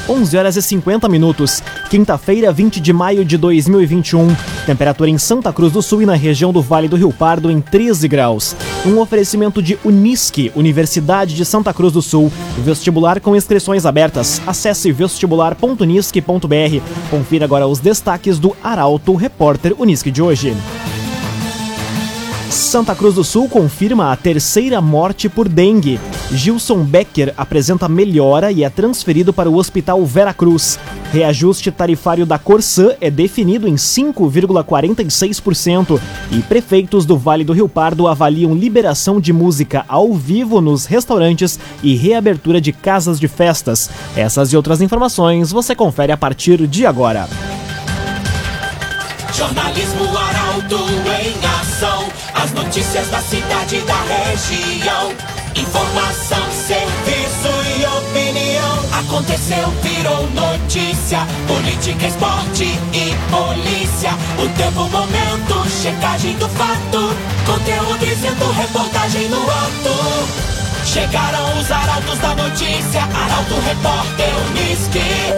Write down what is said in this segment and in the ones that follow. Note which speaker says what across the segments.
Speaker 1: 11 horas e 50 minutos. Quinta-feira, 20 de maio de 2021. Temperatura em Santa Cruz do Sul e na região do Vale do Rio Pardo em 13 graus. Um oferecimento de Unisque, Universidade de Santa Cruz do Sul. Vestibular com inscrições abertas. Acesse vestibular.unisque.br. Confira agora os destaques do Arauto Repórter Unisque de hoje. Santa Cruz do Sul confirma a terceira morte por dengue. Gilson Becker apresenta melhora e é transferido para o Hospital Vera Cruz. Reajuste tarifário da Corsã é definido em 5,46% e prefeitos do Vale do Rio Pardo avaliam liberação de música ao vivo nos restaurantes e reabertura de casas de festas. Essas e outras informações você confere a partir de agora.
Speaker 2: Jornalismo Arauto em ação. As notícias da cidade e da região. Informação, serviço e opinião. Aconteceu, virou notícia. Política, esporte e polícia. O tempo, momento, checagem do fato. Conteúdo dizendo, reportagem no ato. Chegaram os arautos da notícia. Arauto Repórter Unisque.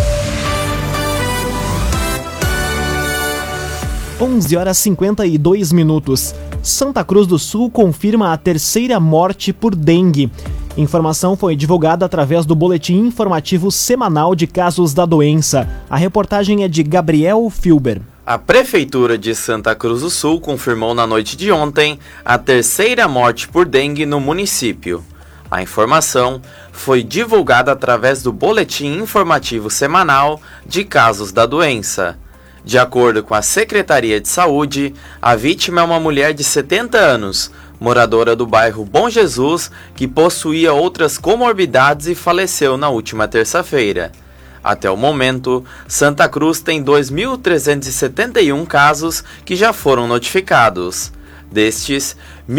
Speaker 1: 11 horas e 52 minutos. Santa Cruz do Sul confirma a terceira morte por dengue. Informação foi divulgada através do Boletim Informativo Semanal de Casos da Doença. A reportagem é de Gabriel Filber.
Speaker 3: A Prefeitura de Santa Cruz do Sul confirmou na noite de ontem a terceira morte por dengue no município. A informação foi divulgada através do Boletim Informativo Semanal de Casos da Doença. De acordo com a Secretaria de Saúde, a vítima é uma mulher de 70 anos, moradora do bairro Bom Jesus, que possuía outras comorbidades e faleceu na última terça-feira. Até o momento, Santa Cruz tem 2.371 casos que já foram notificados. Destes,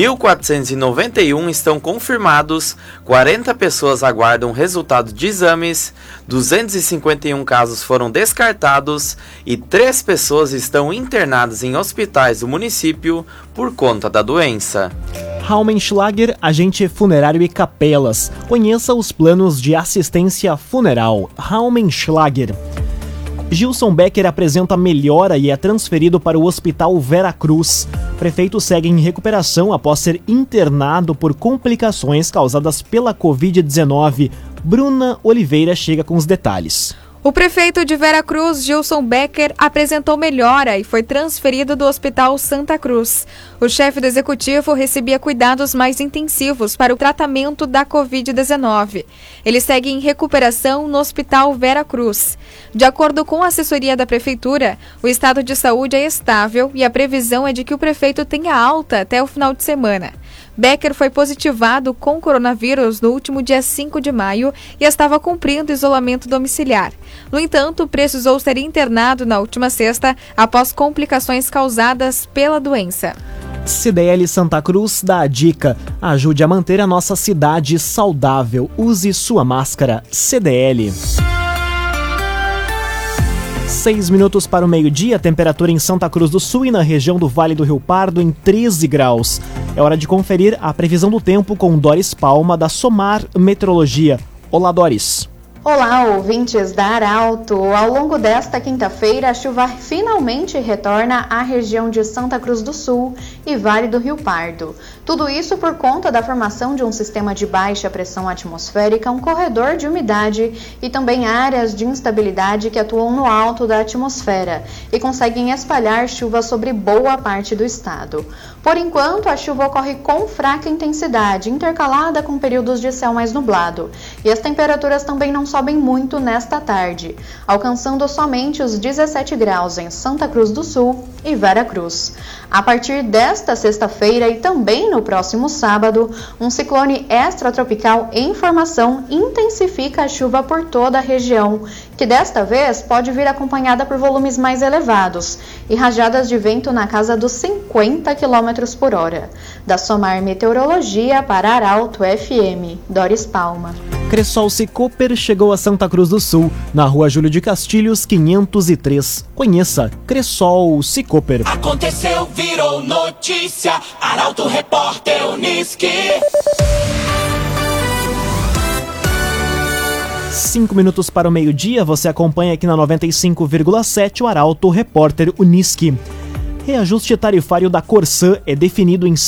Speaker 3: 1.491 estão confirmados, 40 pessoas aguardam resultado de exames, 251 casos foram descartados e 3 pessoas estão internadas em hospitais do município por conta da doença.
Speaker 1: Raumenschlager, agente funerário e capelas. Conheça os planos de assistência funeral. Raumenschlager. Gilson Becker apresenta melhora e é transferido para o Hospital Vera Cruz. Prefeito segue em recuperação após ser internado por complicações causadas pela Covid-19. Bruna Oliveira chega com os detalhes.
Speaker 4: O prefeito de Vera Cruz, Gilson Becker, apresentou melhora e foi transferido do Hospital Santa Cruz. O chefe do executivo recebia cuidados mais intensivos para o tratamento da Covid-19. Ele segue em recuperação no Hospital Vera Cruz. De acordo com a assessoria da prefeitura, o estado de saúde é estável e a previsão é de que o prefeito tenha alta até o final de semana. Becker foi positivado com coronavírus no último dia 5 de maio e estava cumprindo isolamento domiciliar. No entanto, precisou ser internado na última sexta após complicações causadas pela doença.
Speaker 1: CDL Santa Cruz dá a dica: ajude a manter a nossa cidade saudável. Use sua máscara. CDL. 6 minutos para o meio-dia, temperatura em Santa Cruz do Sul e na região do Vale do Rio Pardo em 13 graus. É hora de conferir a previsão do tempo com Doris Palma, da Somar Meteorologia. Olá, Doris.
Speaker 5: Olá, ouvintes da Arauto. Ao longo desta quinta-feira, a chuva finalmente retorna à região de Santa Cruz do Sul e Vale do Rio Pardo. Tudo isso por conta da formação de um sistema de baixa pressão atmosférica, um corredor de umidade e também áreas de instabilidade que atuam no alto da atmosfera e conseguem espalhar chuva sobre boa parte do estado. Por enquanto, a chuva ocorre com fraca intensidade, intercalada com períodos de céu mais nublado, e as temperaturas também não sobem muito nesta tarde, alcançando somente os 17 graus em Santa Cruz do Sul e Vera Cruz. A partir desta sexta-feira e também no próximo sábado, um ciclone extratropical em formação intensifica a chuva por toda a região, que desta vez pode vir acompanhada por volumes mais elevados e rajadas de vento na casa dos 50 km por hora. Da Somar Meteorologia para Arauto FM, Doris Palma.
Speaker 1: Cressol Cicoper chegou a Santa Cruz do Sul, na Rua Júlio de Castilhos, 503. Conheça Cressol Cicoper.
Speaker 2: Aconteceu, virou notícia. Arauto Repórter Unisque.
Speaker 1: 5 minutos para o meio-dia, você acompanha aqui na 95,7 o Arauto Repórter Unisque. Reajuste tarifário da Corsã é definido em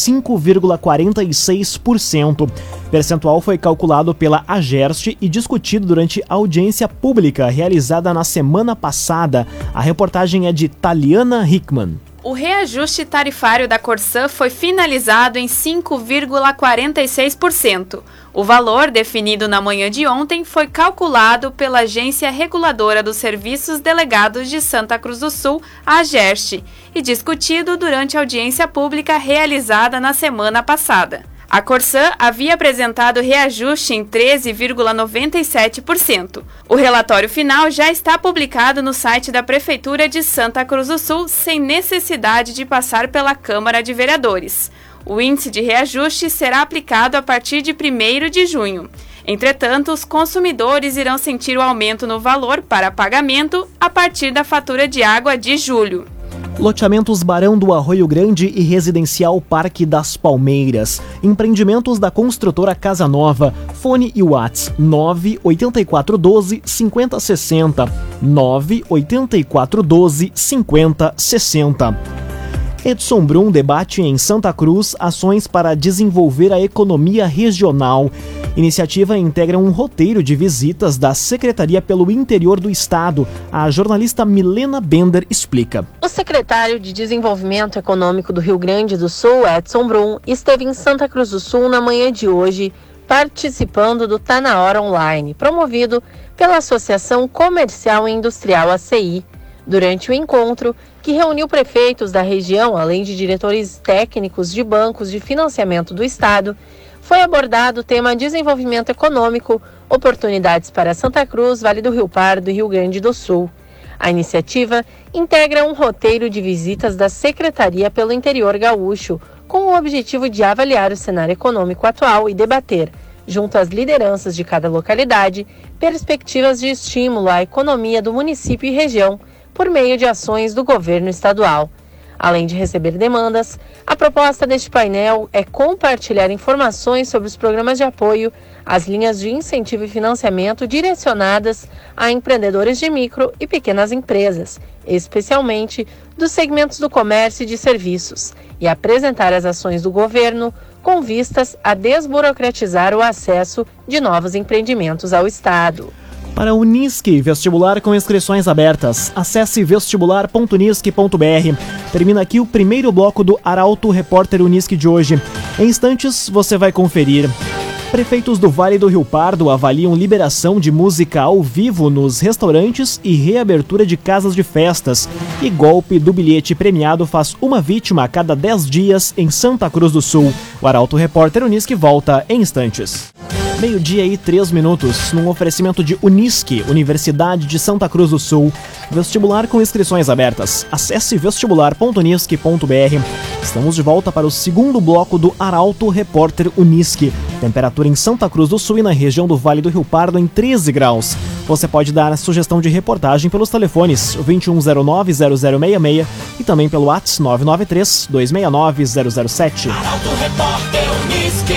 Speaker 1: 5,46%. Percentual foi calculado pela Agerst e discutido durante audiência pública realizada na semana passada. A reportagem é de Taliana Hickman.
Speaker 6: O reajuste tarifário da Corsã foi finalizado em 5,46%. O valor, definido na manhã de ontem, foi calculado pela Agência Reguladora dos Serviços Delegados de Santa Cruz do Sul, a Agerst, e discutido durante a audiência pública realizada na semana passada. A Corsã havia apresentado reajuste em 13,97%. O relatório final já está publicado no site da Prefeitura de Santa Cruz do Sul, sem necessidade de passar pela Câmara de Vereadores. O índice de reajuste será aplicado a partir de 1º de junho. Entretanto, os consumidores irão sentir o aumento no valor para pagamento a partir da fatura de água de julho.
Speaker 1: Loteamentos Barão do Arroio Grande e Residencial Parque das Palmeiras. Empreendimentos da construtora Casa Nova. Fone e WhatsApp 98412 5060. 98412 5060. Edson Brum debate em Santa Cruz ações para desenvolver a economia regional. Iniciativa integra um roteiro de visitas da Secretaria pelo interior do estado. A jornalista Milena Bender explica.
Speaker 7: O secretário de Desenvolvimento Econômico do Rio Grande do Sul, Edson Brum, esteve em Santa Cruz do Sul na manhã de hoje, participando do Tá Na Hora Online, promovido pela Associação Comercial e Industrial ACI. Durante o encontro, que reuniu prefeitos da região, além de diretores técnicos de bancos de financiamento do estado, foi abordado o tema desenvolvimento econômico, oportunidades para Santa Cruz, Vale do Rio Pardo e Rio Grande do Sul. A iniciativa integra um roteiro de visitas da Secretaria pelo interior gaúcho, com o objetivo de avaliar o cenário econômico atual e debater, junto às lideranças de cada localidade, perspectivas de estímulo à economia do município e região, por meio de ações do governo estadual. Além de receber demandas, a proposta deste painel é compartilhar informações sobre os programas de apoio, as linhas de incentivo e financiamento direcionadas a empreendedores de micro e pequenas empresas, especialmente dos segmentos do comércio e de serviços, e apresentar as ações do governo com vistas a desburocratizar o acesso de novos empreendimentos ao estado.
Speaker 1: Para a Unisque, vestibular com inscrições abertas. Acesse vestibular.unisque.br. Termina aqui o primeiro bloco do Arauto Repórter Unisque de hoje. Em instantes, você vai conferir. Prefeitos do Vale do Rio Pardo avaliam liberação de música ao vivo nos restaurantes e reabertura de casas de festas. E golpe do bilhete premiado faz uma vítima a cada 10 dias em Santa Cruz do Sul. O Arauto Repórter Unisque volta em instantes. 12:03, num oferecimento de Unisque, Universidade de Santa Cruz do Sul. Vestibular com inscrições abertas. Acesse vestibular.unisque.br. Estamos de volta para o segundo bloco do Arauto Repórter Unisque. Temperatura em Santa Cruz do Sul e na região do Vale do Rio Pardo em 13 graus. Você pode dar a sugestão de reportagem pelos telefones 2109-0066 e também pelo WhatsApp 993-269-007.
Speaker 2: Arauto Repórter Unisque.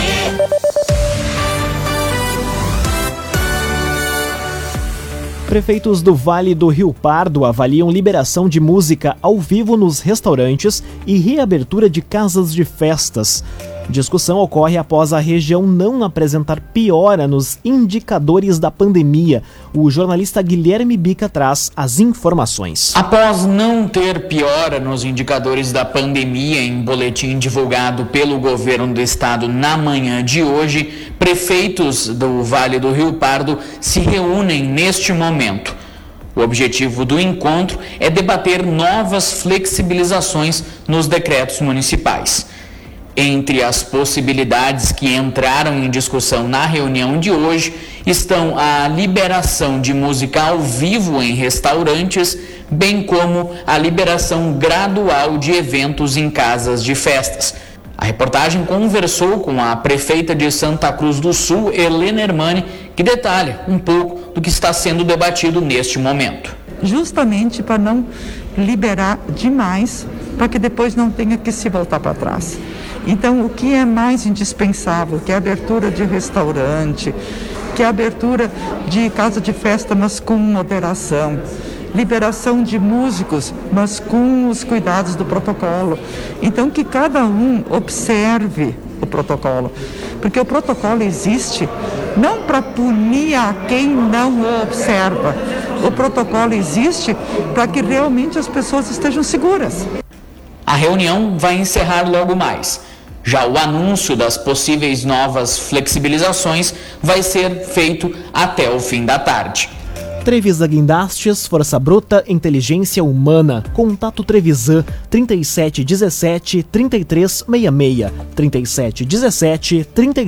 Speaker 1: Prefeitos do Vale do Rio Pardo avaliam liberação de música ao vivo nos restaurantes e reabertura de casas de festas. Discussão ocorre após a região não apresentar piora nos indicadores da pandemia. O jornalista Guilherme Bica traz as informações.
Speaker 8: Após não ter piora nos indicadores da pandemia em boletim divulgado pelo governo do estado na manhã de hoje, prefeitos do Vale do Rio Pardo se reúnem neste momento. O objetivo do encontro é debater novas flexibilizações nos decretos municipais. Entre as possibilidades que entraram em discussão na reunião de hoje estão a liberação de música ao vivo em restaurantes, bem como a liberação gradual de eventos em casas de festas. A reportagem conversou com a prefeita de Santa Cruz do Sul, Helena Hermani, que detalha um pouco do que está sendo debatido neste momento.
Speaker 9: Justamente para não liberar demais, para que depois não tenha que se voltar para trás. Então, o que é mais indispensável, que é a abertura de restaurante, que é a abertura de casa de festa, mas com moderação. Liberação de músicos, mas com os cuidados do protocolo. Então, que cada um observe o protocolo, porque o protocolo existe não para punir a quem não o observa. O protocolo existe para que realmente as pessoas estejam seguras.
Speaker 8: A reunião vai encerrar logo mais. Já o anúncio das possíveis novas flexibilizações vai ser feito até o fim da tarde.
Speaker 1: Trevisan Guindastes, Força Bruta, Inteligência Humana. Contato Trevisan 3717 3366. 3717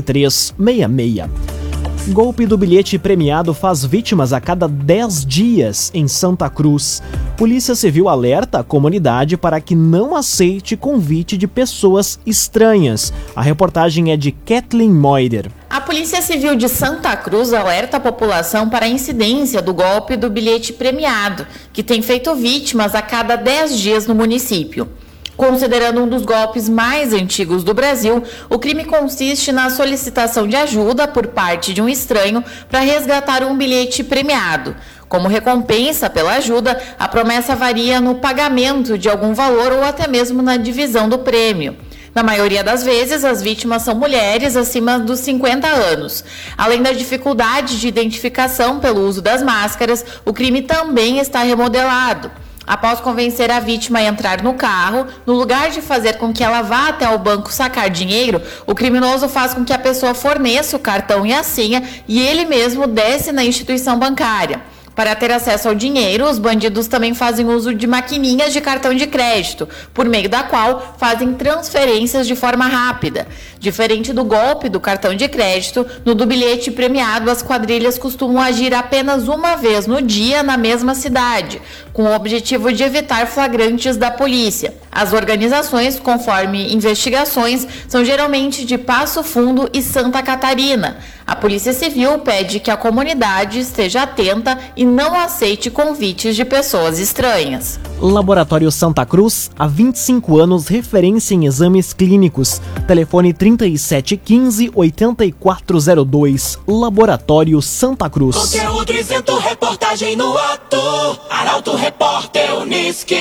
Speaker 1: 3366. Golpe do bilhete premiado faz vítimas a cada 10 dias em Santa Cruz. Polícia Civil alerta a comunidade para que não aceite convite de pessoas estranhas. A reportagem é de Kathleen Moider.
Speaker 10: A Polícia Civil de Santa Cruz alerta a população para a incidência do golpe do bilhete premiado, que tem feito vítimas a cada 10 dias no município. Considerando um dos golpes mais antigos do Brasil, o crime consiste na solicitação de ajuda por parte de um estranho para resgatar um bilhete premiado. Como recompensa pela ajuda, a promessa varia no pagamento de algum valor ou até mesmo na divisão do prêmio. Na maioria das vezes, as vítimas são mulheres acima dos 50 anos. Além da dificuldade de identificação pelo uso das máscaras, o crime também está remodelado. Após convencer a vítima a entrar no carro, no lugar de fazer com que ela vá até o banco sacar dinheiro, o criminoso faz com que a pessoa forneça o cartão e a senha e ele mesmo desce na instituição bancária. Para ter acesso ao dinheiro, os bandidos também fazem uso de maquininhas de cartão de crédito, por meio da qual fazem transferências de forma rápida. Diferente do golpe do cartão de crédito, no do bilhete premiado, as quadrilhas costumam agir apenas uma vez no dia na mesma cidade, com o objetivo de evitar flagrantes da polícia. As organizações, conforme investigações, são geralmente de Passo Fundo e Santa Catarina. A Polícia Civil pede que a comunidade esteja atenta e não aceite convites de pessoas estranhas.
Speaker 1: Laboratório Santa Cruz, há 25 anos, referência em exames clínicos. Telefone 3715-8402. Laboratório Santa Cruz.
Speaker 2: Conteúdo isento, reportagem no ato. Arauto Repórter Unisque.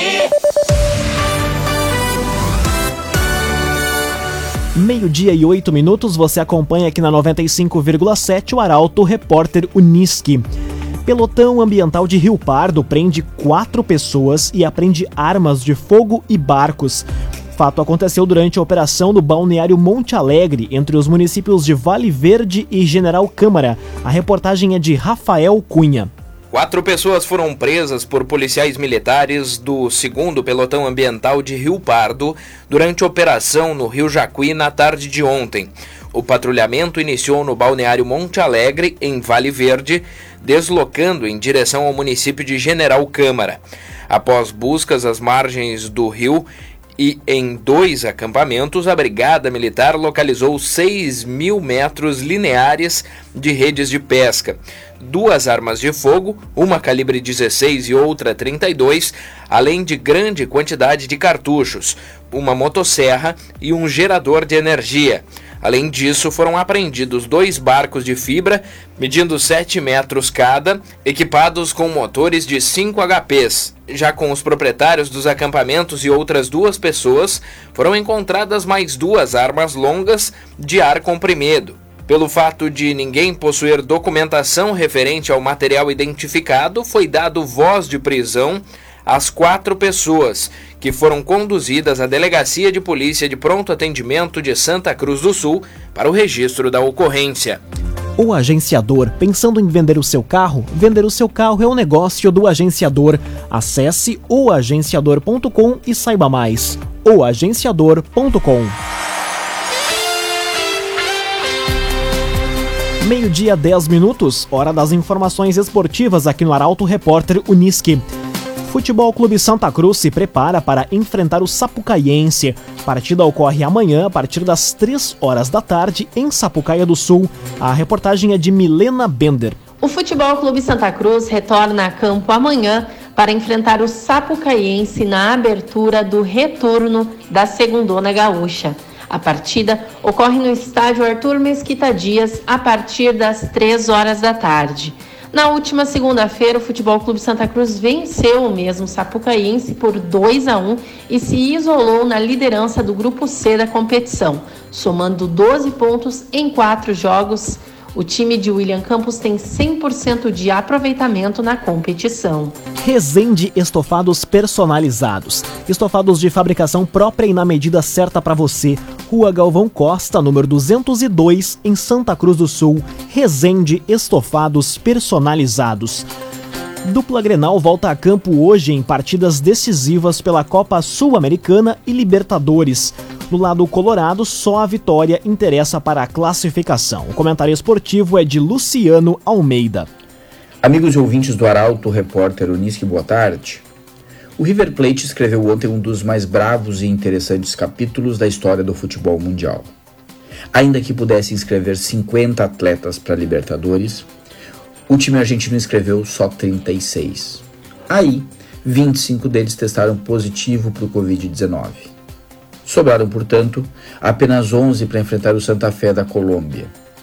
Speaker 1: Meio-dia e 8 minutos, você acompanha aqui na 95,7 o Arauto Repórter Unisque. Pelotão Ambiental de Rio Pardo prende 4 pessoas e apreende armas de fogo e barcos. Fato aconteceu durante a operação do balneário Monte Alegre, entre os municípios de Vale Verde e General Câmara. A reportagem é de Rafael Cunha.
Speaker 11: 4 pessoas foram presas por policiais militares do 2º Pelotão Ambiental de Rio Pardo durante a operação no Rio Jacuí na tarde de ontem. O patrulhamento iniciou no balneário Monte Alegre, em Vale Verde, deslocando em direção ao município de General Câmara. Após buscas às margens do rio e em 2 acampamentos, a Brigada Militar localizou 6.000 metros lineares de redes de pesca, 2 armas de fogo, uma calibre 16 e outra 32, além de grande quantidade de cartuchos, uma motosserra e um gerador de energia. Além disso, foram apreendidos 2 barcos de fibra, medindo 7 metros cada, equipados com motores de 5 HPs. Já com os proprietários dos acampamentos e outras 2 pessoas, foram encontradas mais 2 armas longas de ar comprimido. Pelo fato de ninguém possuir documentação referente ao material identificado, foi dado voz de prisão às 4 pessoas, que foram conduzidas à Delegacia de Polícia de Pronto Atendimento de Santa Cruz do Sul para o registro da ocorrência.
Speaker 1: O Agenciador. Pensando em vender o seu carro? Vender o seu carro é o negócio do Agenciador. Acesse oagenciador.com e saiba mais. oagenciador.com. Meio-dia, 10 minutos, hora das informações esportivas aqui no Arauto Repórter Unisque. Futebol Clube Santa Cruz se prepara para enfrentar o Sapucaiense. A partida ocorre amanhã, a partir das 3 horas da tarde, em Sapucaia do Sul. A reportagem é de Milena Bender.
Speaker 7: O Futebol Clube Santa Cruz retorna a campo amanhã para enfrentar o Sapucaiense na abertura do retorno da Segundona Gaúcha. A partida ocorre no estádio Arthur Mesquita Dias a partir das 3 horas da tarde. Na última segunda-feira, o Futebol Clube Santa Cruz venceu o mesmo Sapucaiense por 2-1 e se isolou na liderança do Grupo C da competição, somando 12 pontos em 4 jogos. O time de William Campos tem 100% de aproveitamento na competição.
Speaker 1: Resende Estofados Personalizados. Estofados de fabricação própria e na medida certa para você. Rua Galvão Costa, número 202, em Santa Cruz do Sul. Resende Estofados Personalizados. Dupla Grenal volta a campo hoje em partidas decisivas pela Copa Sul-Americana e Libertadores. Do lado colorado, só a vitória interessa para a classificação. O comentário esportivo é de Luciano Almeida.
Speaker 12: Amigos e ouvintes do Arauto, repórter Unisque, boa tarde. O River Plate escreveu ontem um dos mais bravos e interessantes capítulos da história do futebol mundial. Ainda que pudesse inscrever 50 atletas para a Libertadores, o time argentino inscreveu só 36. Aí, 25 deles testaram positivo para o Covid-19. Sobraram, portanto, apenas 11 para enfrentar o Santa Fé da Colômbia.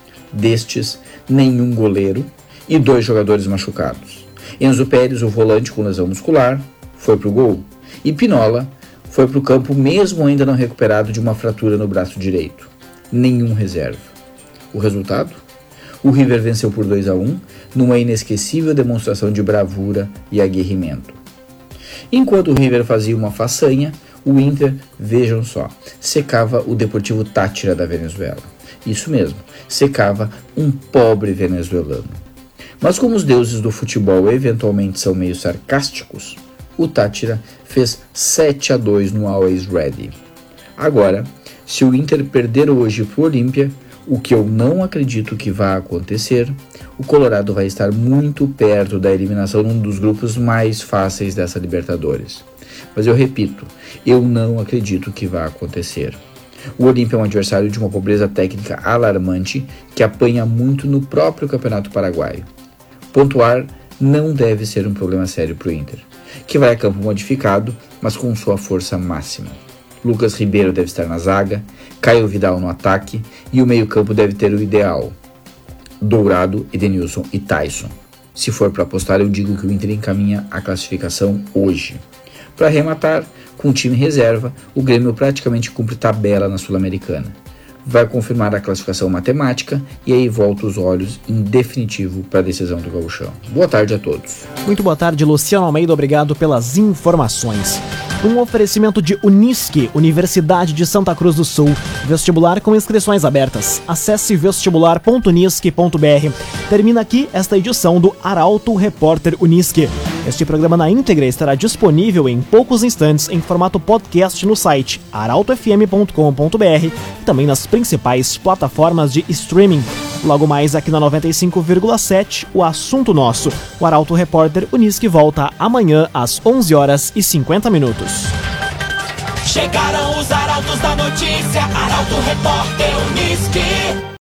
Speaker 12: Destes, nenhum goleiro e 2 jogadores machucados. Enzo Pérez, o volante com lesão muscular, foi para o gol. E Pinola foi para o campo mesmo ainda não recuperado de uma fratura no braço direito. Nenhum reserva. O resultado? O River venceu por 2-1 numa inesquecível demonstração de bravura e aguerrimento. Enquanto o River fazia uma façanha, o Inter, vejam só, secava o Deportivo Táchira da Venezuela. Isso mesmo, secava um pobre venezuelano. Mas como os deuses do futebol eventualmente são meio sarcásticos, o Táchira fez 7-2 no Always Ready. Agora, se o Inter perder hoje para o Olímpia, o que eu não acredito que vá acontecer, o Colorado vai estar muito perto da eliminação num dos grupos mais fáceis dessa Libertadores. Mas eu repito, eu não acredito que vá acontecer. O Olímpia é um adversário de uma pobreza técnica alarmante que apanha muito no próprio Campeonato Paraguaio. Pontuar não deve ser um problema sério para o Inter, que vai a campo modificado, mas com sua força máxima. Lucas Ribeiro deve estar na zaga, Caio Vidal no ataque e o meio-campo deve ter o ideal: Dourado, Edenilson e Tyson. Se for para apostar, eu digo que o Inter encaminha a classificação hoje. Para arrematar, com o time reserva, o Grêmio praticamente cumpre tabela na Sul-Americana. Vai confirmar a classificação matemática e aí volta os olhos em definitivo para a decisão do Gauchão. Boa tarde a todos.
Speaker 1: Muito boa tarde, Luciano Almeida, obrigado pelas informações. Um oferecimento de Unisque, Universidade de Santa Cruz do Sul. Vestibular com inscrições abertas. Acesse vestibular.unisque.br. Termina aqui esta edição do Arauto Repórter Unisque. Este programa na íntegra estará disponível em poucos instantes em formato podcast no site arautofm.com.br e também nas principais plataformas de streaming. Logo mais aqui na 95,7, o assunto nosso. O Arauto Repórter Unisque volta amanhã às 11h50.
Speaker 2: Chegaram os arautos da notícia, Arauto Repórter Unisque.